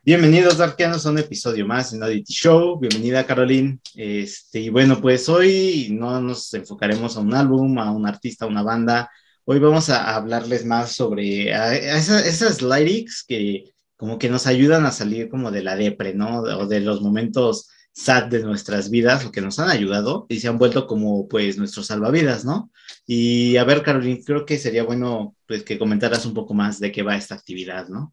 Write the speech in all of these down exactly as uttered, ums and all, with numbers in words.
Bienvenidos, Darkianos, a un episodio más en Oddity Show. Bienvenida, Caroline. Este, y bueno, pues hoy no nos enfocaremos a un álbum, a un artista, a una banda. Hoy vamos a hablarles más sobre a, a esa- esas lyrics que como que nos ayudan a salir como de la depre, ¿no? O de los momentos sad de nuestras vidas, o que nos han ayudado y se han vuelto como pues nuestros salvavidas, ¿no? Y a ver, Caroline, creo que sería bueno pues que comentaras un poco más de qué va esta actividad, ¿no?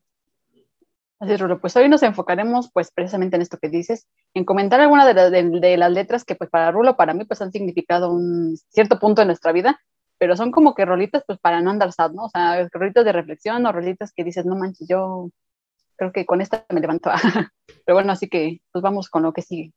Así es, Rulo. Pues hoy nos enfocaremos pues precisamente en esto que dices, en comentar algunas de, la- de- de las letras que pues para Rulo, para mí pues han significado un cierto punto en nuestra vida, pero son como que rolitas pues para no andar sad, ¿no? O sea, rolitas de reflexión o rolitas que dices, no manches, yo creo que con esta me levanto. Pero bueno, así que pues vamos con lo que sigue.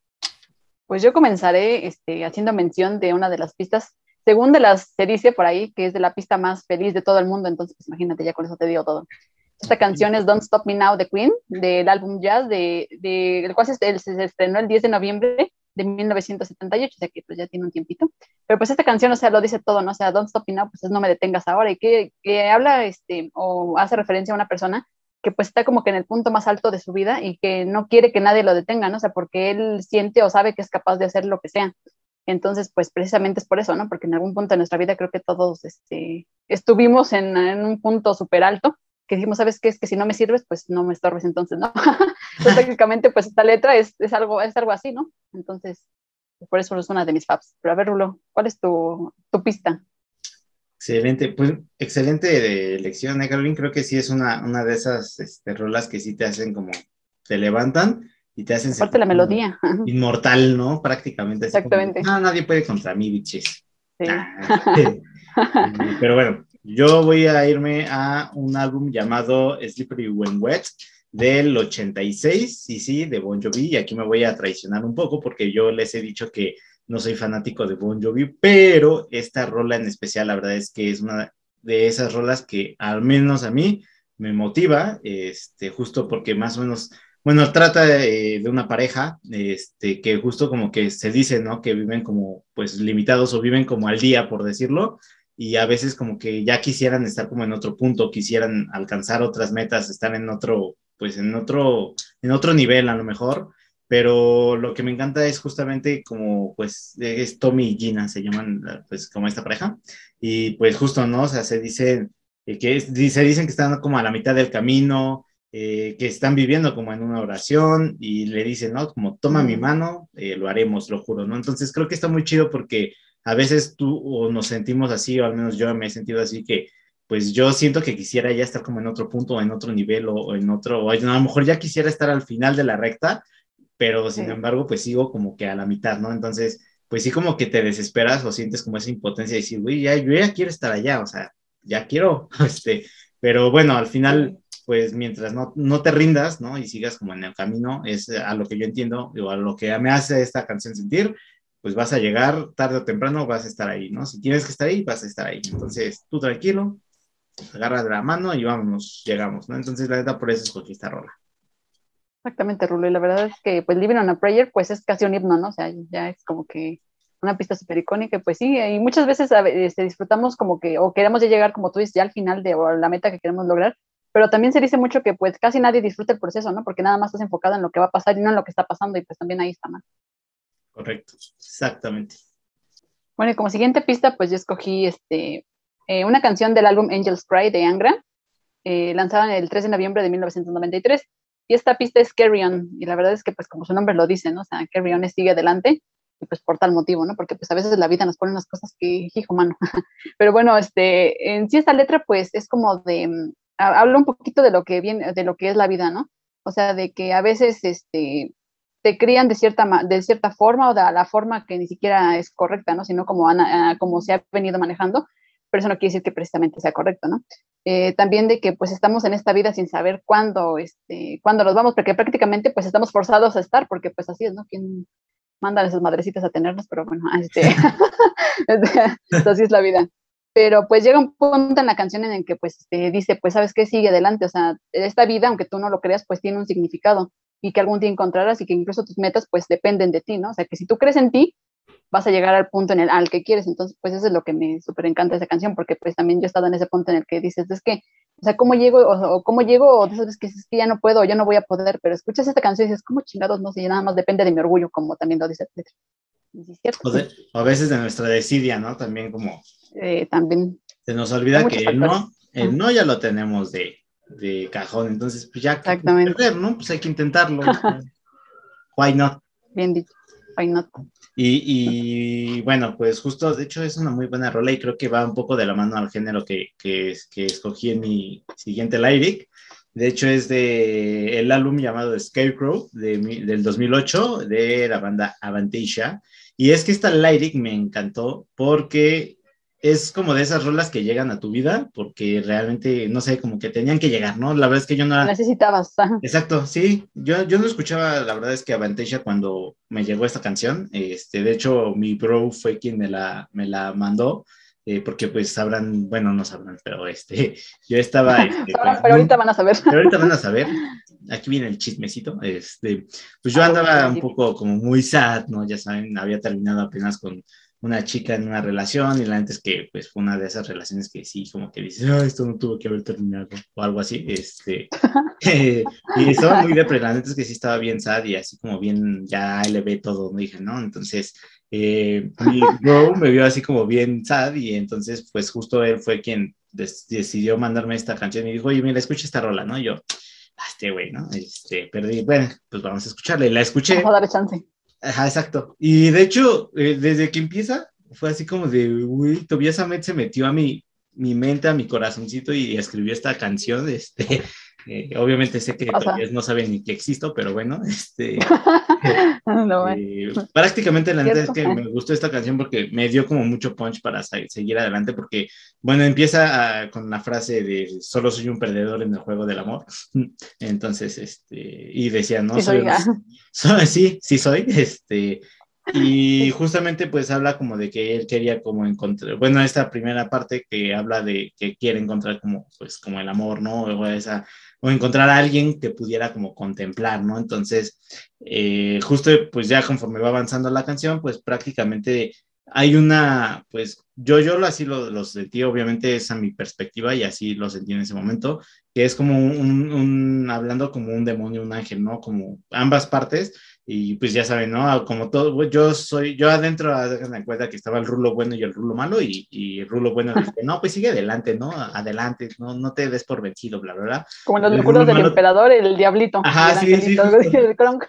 Pues yo comenzaré este, haciendo mención de una de las pistas, según de las se dice por ahí, que es de la pista más feliz de todo el mundo, entonces pues imagínate, ya con eso te digo todo. Esta canción es Don't Stop Me Now de Queen, del álbum Jazz, de, de, el cual se, se, estrenó el diez de noviembre de mil novecientos setenta y ocho, o sea que pues ya tiene un tiempito. Pero pues esta canción, o sea, lo dice todo, ¿no? O sea, Don't Stop Me Now, pues es No Me Detengas Ahora, y que, que habla este, o hace referencia a una persona que pues está como que en el punto más alto de su vida y que no quiere que nadie lo detenga, ¿no? O sea, porque él siente o sabe que es capaz de hacer lo que sea. Entonces, pues precisamente es por eso, ¿no? Porque en algún punto de nuestra vida creo que todos este, estuvimos en, en un punto súper alto que dijimos, ¿sabes qué? Es que si no me sirves, pues no me estorbes entonces, ¿no? Entonces, técnicamente, pues esta letra es, es, algo, es algo así, ¿no? Entonces, por eso es una de mis faves. Pero a ver, Rulo, ¿cuál es tu, tu pista? Excelente, pues excelente elección, ¿eh, Caroline? Creo que sí es una, una de esas este, rolas que sí te hacen como, te levantan y te hacen Aparte sentir la como melodía. inmortal, ¿no? Prácticamente así como, Exactamente. no, nadie puede contra mí, biches. Sí. Ah, eh, pero bueno, yo voy a irme a un álbum llamado Slippery When Wet del ochenta y seis, y sí, de Bon Jovi, y aquí me voy a traicionar un poco porque yo les he dicho que no soy fanático de Bon Jovi, pero esta rola en especial, la verdad es que es una de esas rolas que al menos a mí me motiva, este, justo porque más o menos, bueno, trata eh, de una pareja, este, que justo como que se dice, ¿no? Que viven como, pues, limitados o viven como al día, por decirlo, y a veces como que ya quisieran estar como en otro punto, quisieran alcanzar otras metas, estar en otro, pues, en otro, en otro nivel a lo mejor, pero lo que me encanta es justamente como, pues, es Tommy y Gina, se llaman, pues, como esta pareja, y pues justo, ¿no? O sea, se dice eh, que es, se dicen que están como a la mitad del camino, eh, que están viviendo como en una oración, y le dicen, ¿no? Como, toma mi Mm, mano, eh, lo haremos, lo juro, ¿no? Entonces creo que está muy chido porque a veces tú o nos sentimos así, o al menos yo me he sentido así, que pues yo siento que quisiera ya estar como en otro punto, o en otro nivel, o, o en otro, o a lo mejor ya quisiera estar al final de la recta, pero sin sí. embargo, pues sigo como que a la mitad, ¿no? Entonces, pues sí como que te desesperas o sientes como esa impotencia de decir, güey, ya, yo ya quiero estar allá, o sea, ya quiero, este, pero bueno, al final, Sí. pues mientras no, no te rindas, ¿no? Y sigas como en el camino, es a lo que yo entiendo, o a lo que me hace esta canción sentir, pues vas a llegar tarde o temprano, vas a estar ahí, ¿no? Si tienes que estar ahí, vas a estar ahí. Entonces, tú tranquilo, agarra de la mano y vámonos, llegamos, ¿no? Entonces, la neta, por eso escogí esta rola. Exactamente, Rulo. Y la verdad es que, pues, Living on a Prayer, pues, es casi un himno, ¿no? O sea, ya es como que una pista súper icónica, y pues sí, y muchas veces a ve- este, disfrutamos como que, o queremos ya llegar, como tú dices, ya al final de o la meta que queremos lograr, pero también se dice mucho que, pues, casi nadie disfruta el proceso, ¿no? Porque nada más estás enfocado en lo que va a pasar y no en lo que está pasando, y pues también ahí está mal. Correcto, exactamente. Bueno, y como siguiente pista, pues yo escogí este, eh, una canción del álbum Angels Cry de Angra, eh, lanzada el tres de noviembre de mil novecientos noventa y tres. Y esta pista es Carry On, y la verdad es que pues como su nombre lo dice, ¿no? O sea, Carry On es sigue adelante, y pues por tal motivo, ¿no? Porque pues a veces la vida nos pone unas cosas que, hijo, mano. Pero bueno, este, en sí esta letra pues es como de, mm, habla un poquito de lo que viene, de lo que es la vida, ¿no? O sea, de que a veces, este, te crían de cierta, de cierta forma o de la forma que ni siquiera es correcta, ¿no? Sino como, ana, como se ha venido manejando, pero eso no quiere decir que precisamente sea correcto, ¿no? Eh, también de que pues estamos en esta vida sin saber cuándo, este, cuándo nos vamos, porque prácticamente pues estamos forzados a estar, porque pues así es, ¿no? ¿Quién manda a esas madrecitas a tenernos? Pero bueno, este, así es la vida. Pero pues llega un punto en la canción en el que pues este, dice, pues sabes qué, sigue adelante, o sea, esta vida, aunque tú no lo creas, pues tiene un significado y que algún día encontrarás y que incluso tus metas pues dependen de ti, ¿no? O sea, que si tú crees en ti, vas a llegar al punto en el al que quieres. Entonces, pues eso es lo que me súper encanta esa canción, porque pues también yo he estado en ese punto en el que dices, es que O sea, ¿cómo llego? O, o ¿cómo llego? O de esas veces que dices que ya no puedo, o ya no voy a poder, pero escuchas esta canción y dices, ¿cómo chingados? No sé, nada más depende de mi orgullo, como también lo dice el letra. Y sí, es cierto, O, de, o a veces de nuestra desidia, ¿no? También como eh, también se nos hay olvida muchos que el no, factores. el Ajá, no ya lo tenemos de, de cajón, entonces pues ya que exactamente, perder, ¿no? Pues hay que intentarlo. Why not? bien dicho. Why not? Y, y, bueno, pues justo, de hecho es una muy buena rola y creo que va un poco de la mano al género que, que, que escogí en mi siguiente lyric. De hecho es de el álbum llamado Scarecrow de, del dos mil ocho de la banda Avantasia. Y es que esta lyric me encantó porque es como de esas rolas que llegan a tu vida porque realmente, no sé, como que tenían que llegar, ¿no? La verdad es que yo no Lo era. necesitabas. Ajá. Exacto, sí, yo, yo no escuchaba, la verdad es que Avantasia cuando me llegó esta canción, este, de hecho mi bro fue quien me la, me la mandó, eh, porque pues sabrán, bueno, no sabrán, pero este, yo estaba, este, Sabrán, pues, pero ahorita van a saber. pero ahorita van a saber, aquí viene el chismecito, este, pues yo A huevo, andaba dime, un dime. poco como muy sad, ¿no? Ya saben, había terminado apenas con una chica en una relación y la neta es que pues fue una de esas relaciones que sí, como que dices, ah, esto no tuvo que haber terminado o algo así, este, y estaba muy depre, la neta es que sí estaba bien sad y así como bien, ya le ve todo, me dije, ¿no? Entonces, eh, mi bro me vio así como bien sad y entonces pues justo él fue quien des decidió mandarme esta canción y dijo, oye, mira, escucha esta rola, ¿no? Y yo, ah, este güey, ¿no? Este, perdí, bueno, pues vamos a escucharla y la Vamos a escuché. darle chance. Ajá, exacto. Y de hecho, eh, desde que empieza, fue así como de, uy, Tobias Ahmed se metió a mi, mi mente, a mi corazoncito y escribió esta canción. Este, eh, obviamente sé que Pasa. Tobias no sabe ni que existo, pero bueno, este, No, eh. eh, prácticamente la neta es ¿Cierto? que me gustó esta canción porque me dio como mucho punch para seguir adelante, porque, bueno, empieza a, con la frase de solo soy un perdedor en el juego del amor. Entonces, este, y decía, no, Sí, soy, soy. Ah, soy sí, sí soy, este, y sí. justamente pues habla como de que él quería como encontrar, bueno, esta primera parte que habla de que quiere encontrar como, pues, como el amor, ¿no? O esa, o encontrar a alguien que pudiera como contemplar, ¿no? Entonces, eh, justo pues ya conforme va avanzando la canción, pues prácticamente hay una, pues yo, yo así lo, lo sentí, obviamente es a mi perspectiva y así lo sentí en ese momento, que es como un, un, hablando como un demonio, un ángel, ¿no? Como ambas partes, y pues ya saben, ¿no? Como todo, yo soy, yo adentro, hagan cuenta que estaba el rulo bueno y el rulo malo, y, y el rulo bueno dice, no, pues sigue adelante, ¿no? Adelante, no, no te des por vencido, bla, bla, bla. Como las El rulo locuras del malo, emperador, el diablito y ajá, el sí, sí, angelito, algo así, justo. el Kronk.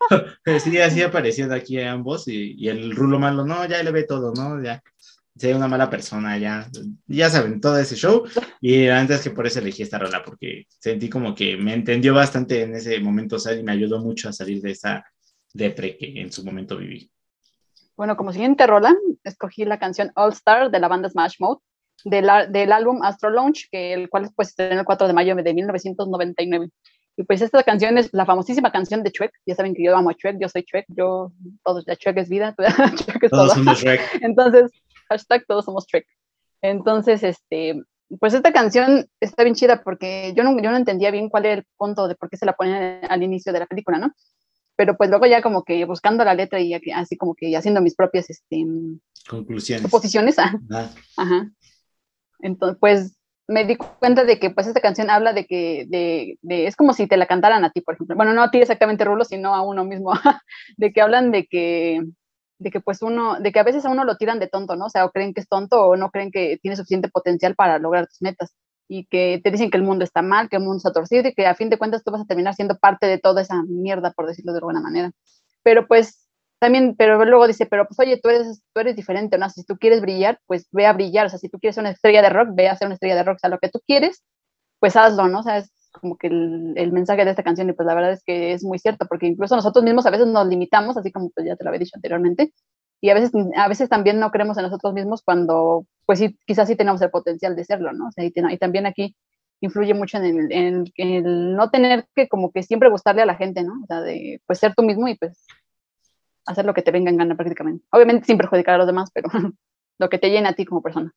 Sí, así aparecían aquí ambos y, y el rulo malo, no, ya le ve todo, ¿no? Ya, soy una mala persona, ya, ya saben, todo ese show. Y antes que por eso elegí esta rola, porque sentí como que me entendió bastante en ese momento, o sea, y me ayudó mucho a salir de esa depre que en su momento viví. Bueno, como siguiente rola, escogí la canción All Star de la banda Smash Mouth, del, del álbum Astro Launch, que el cual pues estrenó el cuatro de mayo de mil novecientos noventa y nueve. Y pues esta canción es la famosísima canción de Shrek. Ya saben que yo amo a Shrek, yo soy Shrek, yo, todos, ya Shrek es vida, Shrek es Todos todo. somos Shrek. Entonces, hashtag todos somos Shrek. Entonces, este, pues esta canción está bien chida porque yo no, yo no entendía bien cuál era el punto de por qué se la ponen al inicio de la película, ¿no? Pero pues luego ya como que buscando la letra y así como que haciendo mis propias este, Conclusiones. suposiciones, ah, Ah, ajá. Entonces, pues me di cuenta de que pues esta canción habla de que de, de, es como si te la cantaran a ti, por ejemplo. Bueno, no a ti exactamente, Rulo, sino a uno mismo, de que hablan de que de que pues uno, de que a veces a uno lo tiran de tonto, ¿no? O sea, o creen que es tonto o no creen que tiene suficiente potencial para lograr tus metas y que te dicen que el mundo está mal, que el mundo está torcido y que a fin de cuentas tú vas a terminar siendo parte de toda esa mierda, por decirlo de alguna manera. Pero pues también, pero luego dice, pero pues oye, tú eres, tú eres diferente, ¿no? Si tú quieres brillar, pues ve a brillar, o sea, si tú quieres ser una estrella de rock, ve a ser una estrella de rock, o sea, lo que tú quieres, pues hazlo, ¿no? O sea, es como que el, el mensaje de esta canción y pues la verdad es que es muy cierto, porque incluso nosotros mismos a veces nos limitamos, así como pues ya te lo había dicho anteriormente, y a veces, a veces también no creemos en nosotros mismos cuando, pues sí, quizás sí tenemos el potencial de serlo, ¿no? O sea, y, y también aquí influye mucho en el, en, en el no tener que como que siempre gustarle a la gente, ¿no? O sea, de pues ser tú mismo y pues hacer lo que te venga en gana prácticamente. Obviamente sin perjudicar a los demás, pero lo que te llena a ti como persona.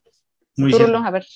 muy Tú, cierto. Rulo, a ver,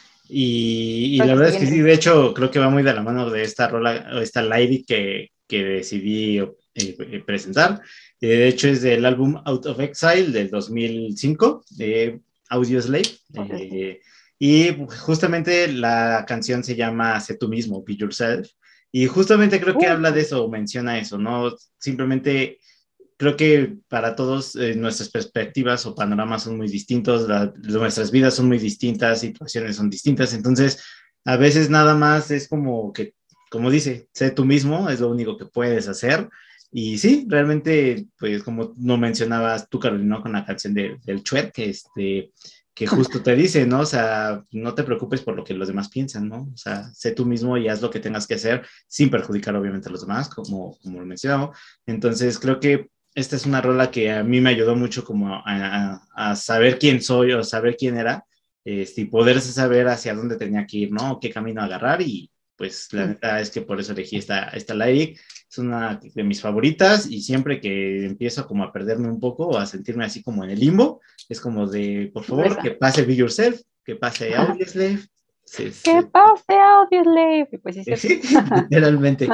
Y, y ¿cuál la es tu verdad es que siguiente? sí, de hecho, creo que va muy de la mano de esta rola, o esta lyric que, que decidí eh, presentar. Eh, de hecho, es del álbum Out of Exile del dos mil cinco, de Audioslave. Okay, sí. Eh, Y justamente la canción se llama Sé tú mismo, Be Yourself. Y justamente creo que Uh, habla de eso, menciona eso, ¿no? Simplemente creo que para todos eh, nuestras perspectivas o panoramas son muy distintos, la, nuestras vidas son muy distintas, situaciones son distintas, entonces a veces nada más es como que, como dice, sé tú mismo, es lo único que puedes hacer. Y sí, realmente, pues como no mencionabas tú, Carolina, con la canción de, del Chuet, que, este, que justo te dice, ¿no? O sea, no te preocupes por lo que los demás piensan, ¿no? O sea, sé tú mismo y haz lo que tengas que hacer sin perjudicar obviamente a los demás, como, como lo mencionamos. Entonces, creo que esta es una rola que a mí me ayudó mucho como a, a, a saber quién soy o saber quién era, este, y poderse saber hacia dónde tenía que ir, ¿no? Qué camino agarrar y pues la neta es que por eso elegí esta, esta lyric. Es una de mis favoritas y siempre que empiezo como a perderme un poco o a sentirme así como en el limbo, es como de, por favor, que esa. pase Be Yourself, que pase Audioslave. Sí, ¿Qué sí, pase, Audioslave? Pues sí, es cierto. sí, literalmente.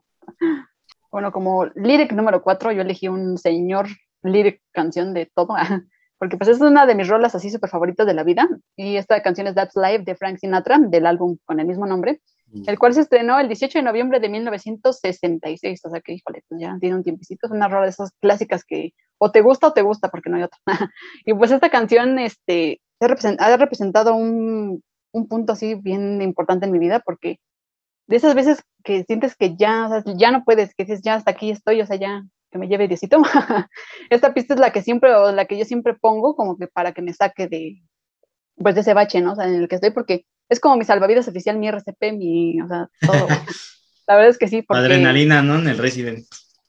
Bueno, como lyric número cuatro, yo elegí un señor lyric canción de todo, porque pues es una de mis rolas así súper favoritas de la vida, y esta canción es That's Life de Frank Sinatra, del álbum con el mismo nombre, el cual se estrenó el dieciocho de noviembre de mil novecientos sesenta y seis, o sea que, híjole, pues ya tiene un tiempecito, es una rola de esas clásicas que o te gusta o te gusta, porque no hay otra. Y pues esta canción este, ha, represent ha representado un, un punto así bien importante en mi vida, porque de esas veces que sientes que ya, o sea, ya no puedes, que dices, ya hasta aquí estoy, o sea, ya que me lleve Diosito. Esta pista es la que siempre, o la que yo siempre pongo como que para que me saque de, pues, de ese bache, ¿no? O sea, en el que estoy, porque es como mi salvavidas oficial, mi R C P, mi, o sea, todo. La verdad es que sí, porque, Adrenalina, ¿no? En el Resident.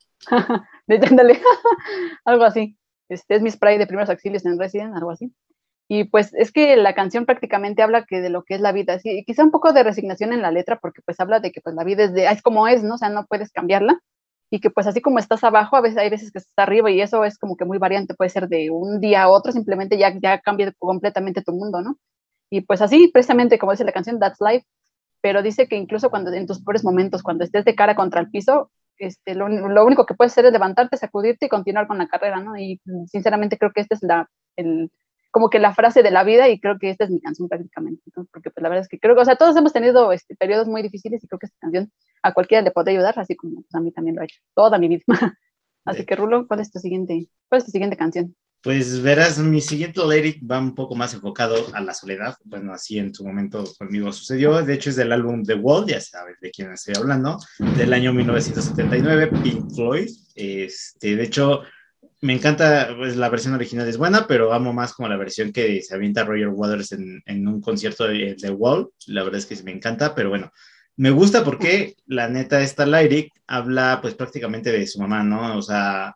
de ándale, algo así. Este es mi spray de primeros auxilios en Resident, algo así. Y pues es que la canción prácticamente habla que de lo que es la vida, sí, quizá un poco de resignación en la letra, porque pues habla de que pues la vida es, de, es como es, ¿no? O sea, no puedes cambiarla, y que pues así como estás abajo, a veces hay veces que estás arriba, y eso es como que muy variante, puede ser de un día a otro, simplemente ya, ya cambia completamente tu mundo, ¿no? Y pues así, precisamente como dice la canción, That's Life, pero dice que incluso cuando en tus peores momentos, cuando estés de cara contra el piso, este, lo, lo único que puedes hacer es levantarte, sacudirte y continuar con la carrera, ¿no? Y sinceramente creo que esta es la, el, como que la frase de la vida, y creo que esta es mi canción prácticamente. Entonces, porque pues, la verdad es que creo que, o sea, todos hemos tenido este, periodos muy difíciles, y creo que esta canción a cualquiera le puede ayudar, así como pues, a mí también lo ha hecho toda mi vida. Así De que, Rulo, ¿cuál es tu siguiente, cuál es tu siguiente canción? Pues verás, mi siguiente lyric va un poco más enfocado a la soledad. Bueno, así en su momento conmigo sucedió. De hecho, es del álbum The Wall, ya sabes de quién estoy hablando, del año mil novecientos setenta y nueve, Pink Floyd. Este, de hecho, me encanta, pues la versión original es buena, pero amo más como la versión que se avienta Roger Waters en, en un concierto de The Wall. La verdad es que me encanta, pero bueno, me gusta porque la neta esta lyric habla pues prácticamente de su mamá, ¿no? O sea,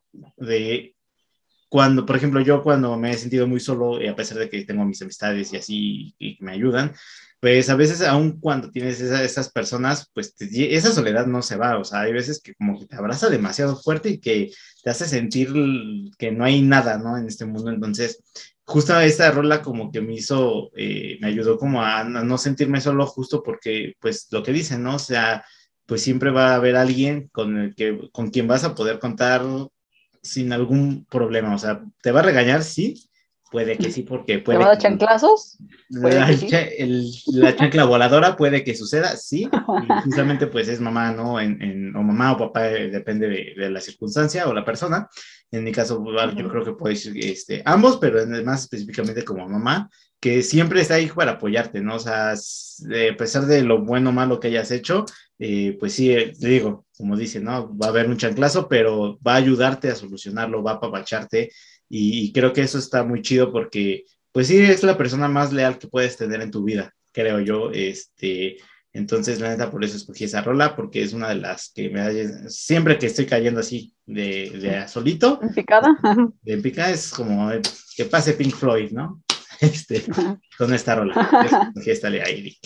de cuando, por ejemplo, yo cuando me he sentido muy solo, y a pesar de que tengo mis amistades y así, y me ayudan, pues a veces, aun cuando tienes esa, esas personas, pues te, esa soledad no se va, o sea, hay veces que como que te abraza demasiado fuerte y que te hace sentir que no hay nada, ¿no? En este mundo, entonces, justo esta rola como que me hizo, eh, me ayudó como a, a no sentirme solo justo porque, pues, lo que dicen, ¿no? O sea, pues siempre va a haber alguien con el que, con quien vas a poder contar sin algún problema. O sea, ¿te va a regañar? Sí, puede que sí, porque ¿Te va puede a dar que chanclazos? Puede la, que sí. el, la chancla voladora puede que suceda, sí, y justamente pues es mamá, ¿no? En, en, o mamá o papá, eh, depende de, de, la circunstancia o la persona. En mi caso, yo creo que puede ser este, ambos, pero más específicamente como mamá, que siempre está ahí para apoyarte, ¿no? O sea, a pesar de lo bueno o malo que hayas hecho, eh, pues sí, eh, te digo, como dice, ¿no? Va a haber un chanclazo, pero va a ayudarte a solucionarlo, va a apapacharte, y, y creo que eso está muy chido porque pues sí, es la persona más leal que puedes tener en tu vida, creo yo. Este, entonces, la neta, por eso escogí esa rola, porque es una de las que me da, siempre que estoy cayendo así de, de a solito, ¿En picada? de pica, es como eh, que pase Pink Floyd, ¿no? Este, con esta rola. Escogí esta de ahí.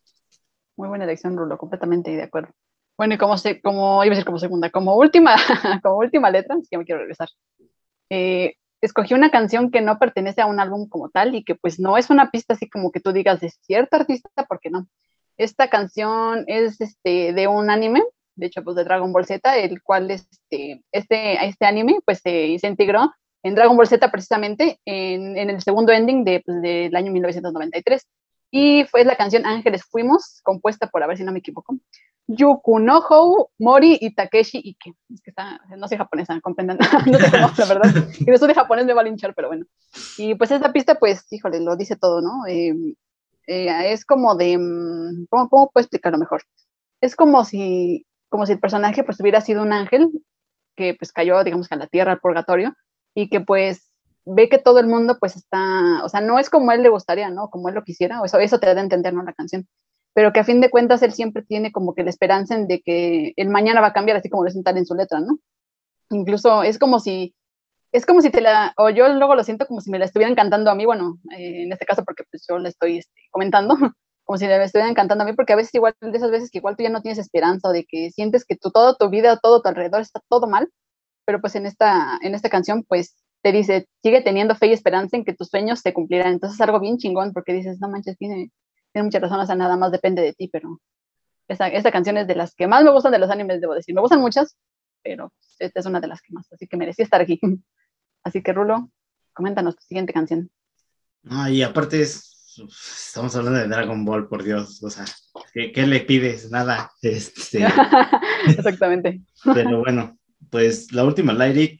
Muy buena elección, Rulo, completamente de acuerdo. Bueno, y como, se, como iba a decir como segunda, como última, como última letra, es que me quiero regresar. Eh, escogí una canción que no pertenece a un álbum como tal, y que pues no es una pista así como que tú digas de cierto artista, porque no. Esta canción es este, de un anime, de hecho pues de Dragon Ball Z, el cual este, este, este anime pues se, se integró en Dragon Ball Z precisamente en, en el segundo ending de, pues, del año mil novecientos noventa y tres. y fue la canción Ángeles Fuimos, compuesta por, a ver si no me equivoco, Yuku Nohou, Mori y Takeshi Ike. Es que está, no soy japonesa, comprendan, no sé cómo, la verdad. Y eso de japonés me va a linchar, pero bueno. Y pues esta pista, pues, híjole, lo dice todo, ¿no? Eh, eh, es como de, ¿cómo, ¿cómo puedo explicarlo mejor? Es como si, como si el personaje pues hubiera sido un ángel que pues cayó, digamos que a la tierra, al purgatorio, y que pues ve que todo el mundo pues está, o sea, no es como él le gustaría, ¿no? Como él lo quisiera, o eso, eso te da a entender, ¿no? La canción, pero que a fin de cuentas él siempre tiene como que la esperanza en de que el mañana va a cambiar, así como lo sientan en su letra, ¿no? Incluso es como si, es como si te la, o yo luego lo siento como si me la estuvieran cantando a mí, bueno, eh, en este caso porque pues yo la estoy este, comentando, como si me estuvieran cantando a mí, porque a veces igual, de esas veces que igual tú ya no tienes esperanza, o de que sientes que tu, toda tu vida, todo tu alrededor está todo mal, pero pues en esta, en esta canción pues te dice, sigue teniendo fe y esperanza en que tus sueños se cumplirán. Entonces es algo bien chingón porque dices, no manches, tiene, tiene muchas razones, o sea, nada más depende de ti, pero esta, esta canción es de las que más me gustan de los animes, debo decir. Me gustan muchas, pero esta es una de las que más, así que merecía estar aquí. Así que Rulo, coméntanos tu siguiente canción. No, y aparte es, estamos hablando de Dragon Ball, por Dios, o sea, ¿qué, qué le pides? Nada, este, Exactamente. pero bueno, pues la última lyric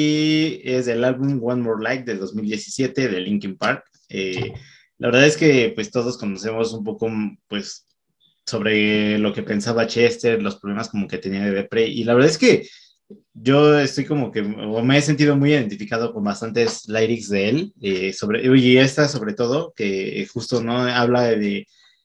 y es del álbum One More Like de dos mil diecisiete de Linkin Park. Eh, la verdad es que pues todos conocemos un poco pues sobre lo que pensaba Chester, los problemas como que tenía de depre, y la verdad es que yo estoy como que, o me he sentido muy identificado con bastantes lyrics de él, eh, sobre, y esta sobre todo, que justo no habla de,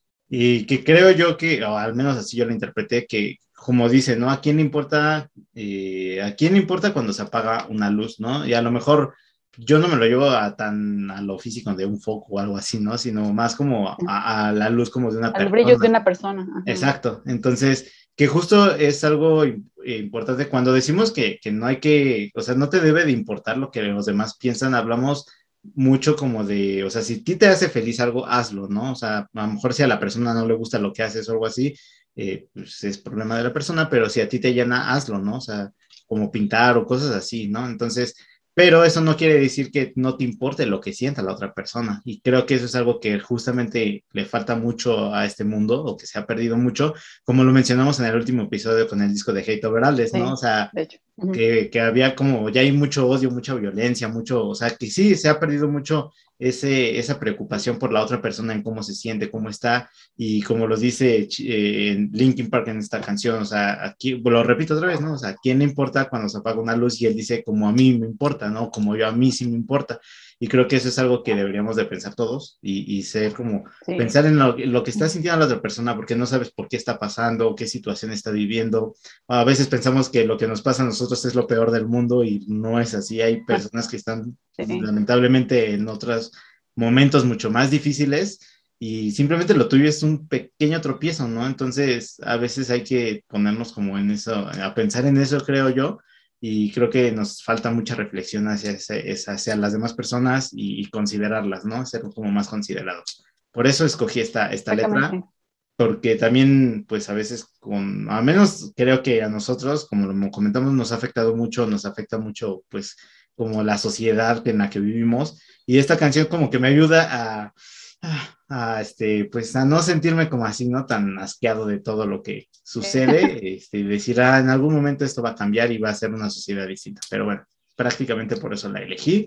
y que creo yo que, o al menos así yo lo interpreté, que como dice, ¿no? ¿A quién le importa, eh, a quién le importa cuando se apaga una luz, ¿no? Y a lo mejor yo no me lo llevo a tan a lo físico de un foco o algo así, ¿no? Sino más como a, a la luz como de una Al brillo de persona. una persona. Ajá. Exacto. Entonces, que justo es algo im- importante cuando decimos que, que no hay que, o sea, no te debe de importar lo que los demás piensan, hablamos mucho como de, o sea, si a ti te hace feliz algo, hazlo, ¿no? O sea, a lo mejor si a la persona no le gusta lo que haces o algo así, eh, pues es problema de la persona, pero si a ti te llena, hazlo, ¿no? O sea, como pintar o cosas así, ¿no? Entonces, pero eso no quiere decir que no te importe lo que sienta la otra persona. Y creo que eso es algo que justamente le falta mucho a este mundo o que se ha perdido mucho, como lo mencionamos en el último episodio con el disco de Hate Over Aldes, ¿no? O Sí, sea, de hecho. Uh-huh. que, que había como, ya hay mucho odio, mucha violencia, mucho, o sea, que sí, se ha perdido mucho ese, esa preocupación por la otra persona en cómo se siente, cómo está, y como lo dice eh, Linkin Park en esta canción, o sea, aquí, lo repito otra vez, ¿no? O sea, ¿a quién le importa cuando se apaga una luz? Y él dice, como a mí me importa, ¿no? Como yo a mí sí me importa. Y creo que eso es algo que deberíamos de pensar todos y, y ser como, Sí. pensar en lo, lo que está sintiendo la otra persona, porque no sabes por qué está pasando, qué situación está viviendo. A veces pensamos que lo que nos pasa a nosotros es lo peor del mundo y no es así. Hay personas que están Sí. lamentablemente en otros momentos mucho más difíciles y simplemente lo tuyo es un pequeño tropiezo, ¿no? Entonces a veces hay que ponernos como en eso, a pensar en eso, creo yo, y creo que nos falta mucha reflexión hacia, ese, hacia las demás personas y, y considerarlas, ¿no? Ser como más considerados. Por eso escogí esta, esta letra, Exactamente. porque también, pues a veces, con, al menos creo que a nosotros, como lo comentamos, nos ha afectado mucho, nos afecta mucho, pues, como la sociedad en la que vivimos, y esta canción como que me ayuda a, a, a, este, pues, a no sentirme como así, ¿no? Tan asqueado de todo lo que sucede, este, y decir, ah, en algún momento esto va a cambiar y va a ser una sociedad distinta, pero bueno, prácticamente por eso la elegí,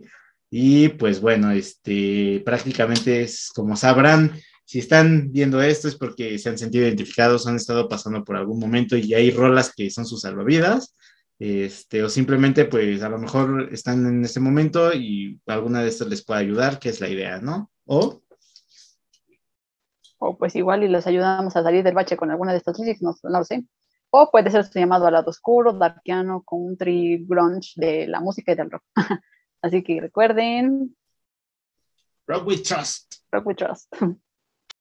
y pues bueno, este, prácticamente es, como sabrán, si están viendo esto es porque se han sentido identificados, han estado pasando por algún momento y hay rolas que son sus salvavidas, este, o simplemente pues a lo mejor están en este momento y alguna de estas les puede ayudar, que es la idea, ¿no? O, O pues igual y les ayudamos a salir del bache con alguna de estas lyrics, no, no lo sé. O puede ser su llamado al lado oscuro, darkiano, country, grunge de la música y del rock. Así que recuerden, Rock We Trust. rock we trust.